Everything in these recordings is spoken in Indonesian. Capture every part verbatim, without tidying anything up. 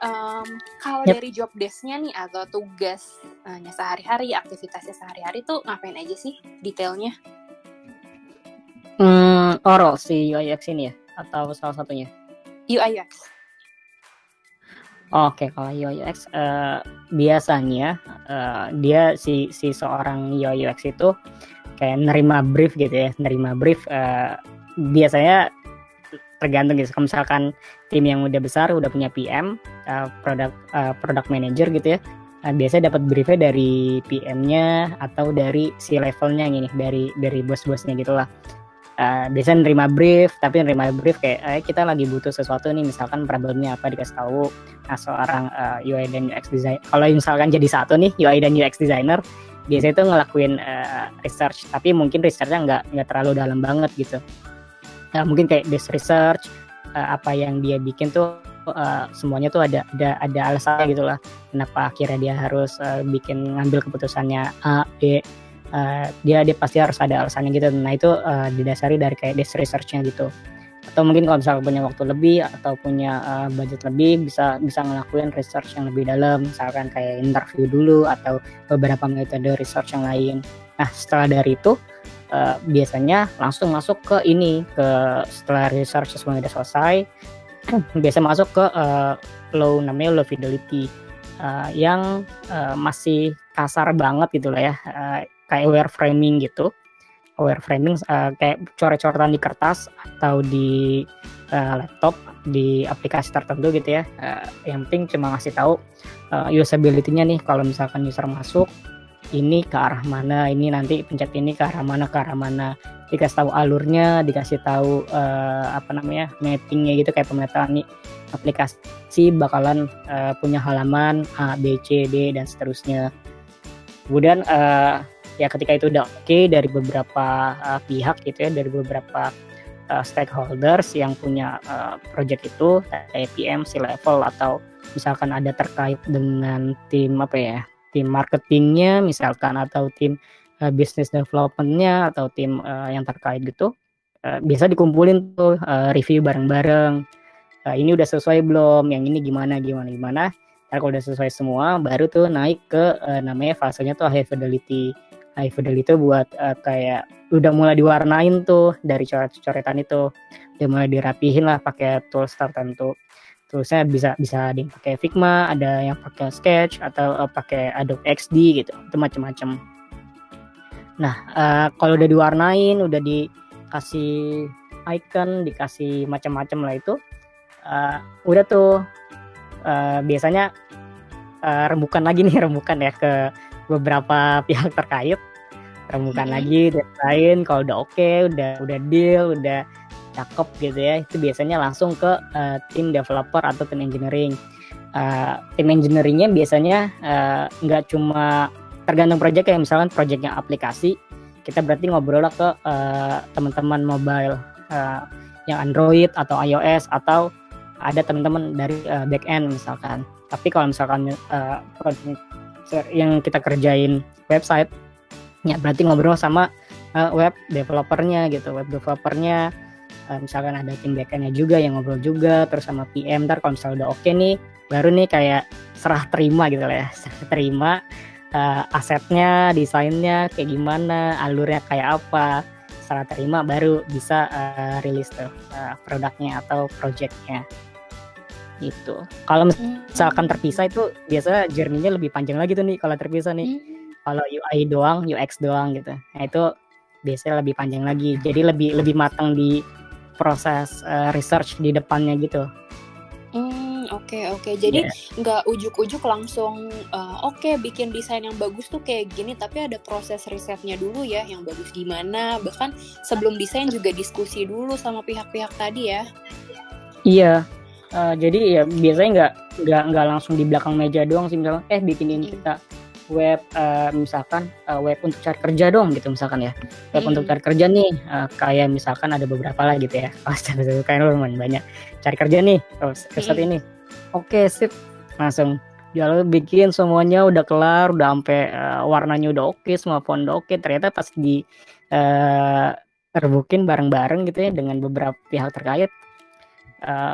um, kalau Yap. dari job desk-nya nih atau tugasnya sehari-hari, aktivitasnya sehari-hari tuh ngapain aja sih detailnya? Hmm, Oro si U I U X ini ya, atau salah satunya? U I U X. Oke, kalau U I U X uh, biasanya uh, dia si si seorang U I U X itu kayak nerima brief gitu ya, nerima brief uh, biasanya tergantung gitu. Kalau misalkan tim yang udah besar, udah punya P M, uh, product uh, product manager gitu ya, uh, biasanya dapat briefnya dari P M-nya atau dari si levelnya gini, dari dari bos-bosnya gitulah. Uh, biasanya nerima brief, tapi nerima brief kayak eh, kita lagi butuh sesuatu nih, misalkan problemnya apa dikasih tahu. Nah, seorang uh, U I dan U X designer, kalau misalkan jadi satu nih U I dan U X designer, biasanya itu ngelakuin uh, research, tapi mungkin researchnya nggak nggak terlalu dalam banget gitu. Nah, mungkin kayak desk research, uh, apa yang dia bikin tuh uh, semuanya tuh ada ada ada alasannya gitulah. Kenapa akhirnya dia harus uh, bikin ngambil keputusannya A, B. Uh, dia dia pasti harus ada alasannya gitu. Nah itu uh, didasari dari kayak desk research-nya gitu. Atau mungkin kalau misalnya punya waktu lebih atau punya uh, budget lebih, bisa bisa ngelakuin research yang lebih dalam, misalkan kayak interview dulu atau beberapa metode research yang lain. Nah setelah dari itu uh, biasanya langsung masuk ke ini, ke setelah research semuanya udah selesai, biasa masuk ke uh, low, namanya low fidelity, uh, yang uh, masih kasar banget gitu lah ya. Uh, kayak wireframing gitu, wireframing uh, kayak coret-coretan di kertas atau di uh, laptop, di aplikasi tertentu gitu ya. Uh, yang penting cuma ngasih tahu uh, usability-nya nih, kalau misalkan user masuk ini ke arah mana, ini nanti pencet ini ke arah mana, ke arah mana, dikasih tahu alurnya, dikasih tahu uh, apa namanya mappingnya gitu, kayak pemetaan nih aplikasi bakalan uh, punya halaman A, B, C, D dan seterusnya. Kemudian uh, ya ketika itu udah oke okay dari beberapa uh, pihak gitu ya, dari beberapa uh, stakeholders yang punya uh, project itu, kayak P M, C-level, atau misalkan ada terkait dengan tim apa ya, tim marketingnya misalkan, atau tim uh, business development-nya, atau tim uh, yang terkait gitu, uh, biasa dikumpulin tuh, uh, review bareng-bareng. Uh, ini udah sesuai belum, yang ini gimana gimana gimana. Nah, kalau udah sesuai semua, baru tuh naik ke uh, namanya fasenya tuh high fidelity. High fidelity buat uh, kayak udah mulai diwarnain tuh dari coret-coretan itu, udah mulai dirapihin lah pakai tools tertentu. Toolsnya bisa bisa ada yang pakai Figma, ada yang pakai Sketch, atau uh, pakai Adobe X D gitu, itu macam-macam. Nah uh, kalau udah diwarnain, udah dikasih icon, dikasih macam-macam lah itu, uh, udah tuh uh, biasanya uh, rembukan lagi nih rembukan ya ke beberapa pihak terkait, rembukan hmm. lagi dan lain. Kalau udah oke, okay, udah udah deal, udah cakep gitu ya, itu biasanya langsung ke uh, tim developer atau tim engineering. Uh, tim engineeringnya biasanya nggak uh, cuma tergantung project, kayak misalkan projectnya aplikasi, kita berarti ngobrol lah ke uh, teman-teman mobile uh, yang Android atau iOS, atau ada teman-teman dari uh, back end misalkan. Tapi kalau misalkan uh, project yang kita kerjain website, ya berarti ngobrol sama uh, web developernya gitu, web developernya, uh, misalkan ada tim backendnya juga yang ngobrol juga, terus sama P M. Ntar kalau misalnya udah oke okay nih, baru nih kayak serah terima gitu lah ya, serah terima uh, asetnya, desainnya kayak gimana, alurnya kayak apa, serah terima baru bisa uh, rilis tuh uh, produknya atau projectnya. Gitu. Kalau misalkan terpisah itu biasa journey-nya lebih panjang lagi tuh nih kalau terpisah nih. Hmm. Kalau U I doang, U X doang gitu. Nah itu biasanya lebih panjang lagi. Jadi lebih lebih matang di proses uh, research di depannya gitu. Hmm, oke okay, oke. Okay. Jadi nggak yeah. ujuk-ujuk langsung uh, oke okay, bikin desain yang bagus tuh kayak gini, tapi ada proses risetnya dulu ya, yang bagus gimana. Bahkan sebelum desain juga diskusi dulu sama pihak-pihak tadi ya. Iya. Uh, jadi ya biasanya nggak nggak nggak langsung di belakang meja doang sih, misalkan eh bikinin kita web uh, misalkan uh, web untuk cari kerja dong gitu misalkan ya, web mm. untuk cari kerja nih, uh, kayak misalkan ada beberapa lah gitu ya, pasti kayak lumayan banyak cari kerja nih terus riset mm. ini, oke okay, sip, langsung ya lo bikin semuanya udah kelar, udah sampai uh, warnanya udah oke, okay, semua font udah oke, okay. Ternyata pas di uh, terbukin bareng-bareng gitu ya dengan beberapa pihak terkait, uh,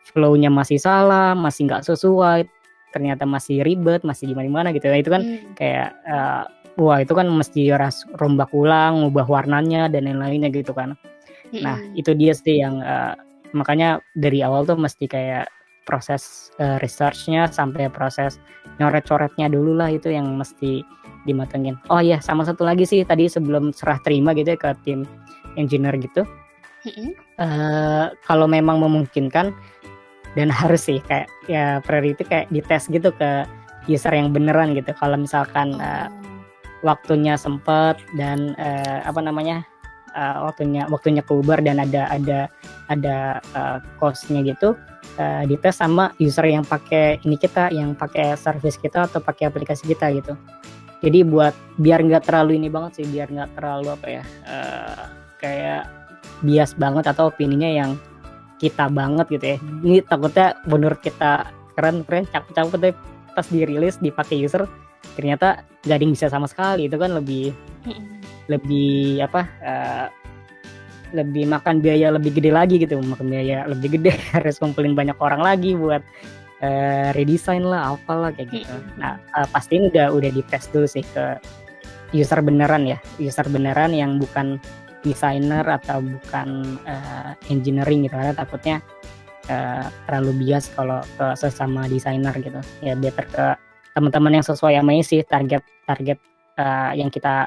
flow-nya masih salah, masih nggak sesuai, ternyata masih ribet, masih gimana-gimana gitu. Itu kan Hmm. kayak uh, wah itu kan mesti ras rombak ulang, ngubah warnanya dan lain-lainnya gitu kan. Nah, Mm-mm. itu dia sih yang uh, makanya dari awal tuh mesti kayak proses uh, research-nya sampai proses nyoret-coretnya dulu lah, itu yang mesti dimatengin. Oh iya, sama satu lagi sih tadi sebelum serah terima gitu ya ke tim engineer gitu. Mm-mm. Uh, kalau memang memungkinkan dan harus sih kayak ya priority kayak dites gitu ke user yang beneran gitu. Kalau misalkan Oh. uh, waktunya sempet dan uh, apa namanya uh, waktunya waktunya keluar dan ada ada ada uh, cost-nya gitu, uh, dites sama user yang pakai ini kita, yang pakai service kita atau pakai aplikasi kita gitu. Jadi buat biar nggak terlalu ini banget sih, biar nggak terlalu apa ya uh, kayak bias banget atau opininya yang kita banget gitu ya. Ini takutnya menurut kita keren keren cakep-cakep tapi pas dirilis dipakai user ternyata gak ada yang bisa sama sekali. Itu kan lebih Mm-mm. lebih apa uh, lebih makan biaya lebih gede lagi gitu, makan biaya lebih gede harus ngumpulin banyak orang lagi buat uh, redesign lah apalah kayak gitu. Mm-mm. Nah uh, pasti udah udah dites dulu sih ke user beneran ya, user beneran yang bukan desainer atau bukan uh, engineering gitu, karena takutnya uh, terlalu bias kalau ke sesama desainer gitu. Ya better ke teman-teman yang sesuai sama sih target target uh, yang kita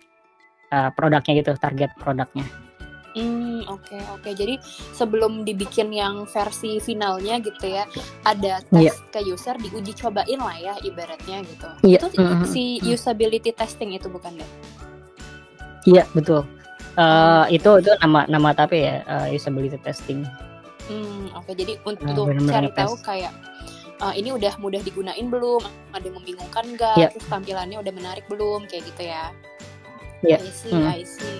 uh, produknya gitu, target produknya. Hmm, oke oke. Jadi sebelum dibikin yang versi finalnya gitu ya, ada tes Yeah. ke user, diuji cobain lah ya ibaratnya gitu. Yeah. Itu Mm-hmm. si usability testing itu bukan deh? Iya yeah, betul. Uh, itu itu nama nama tapi ya uh, usability testing. Hmm, oke. Okay. Jadi untuk uh, cari tahu kayak uh, ini udah mudah digunain belum, ada yang membingungkan nggak, yeah. terus tampilannya udah menarik belum, kayak gitu ya. Iya. I see, hmm. I see.